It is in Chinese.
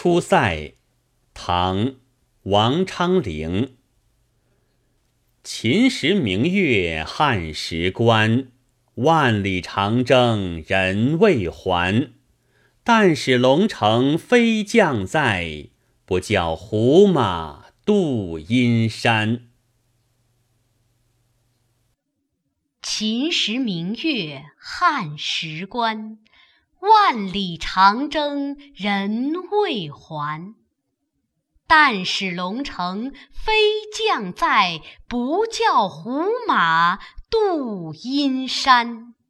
出塞，唐·王昌龄。秦时明月汉时关，万里长征人未还。但使龙城飞将在，不教胡马度阴山。 秦时明月汉时关，万里长征人未还。但使龙城飞将在，不教胡马度阴山。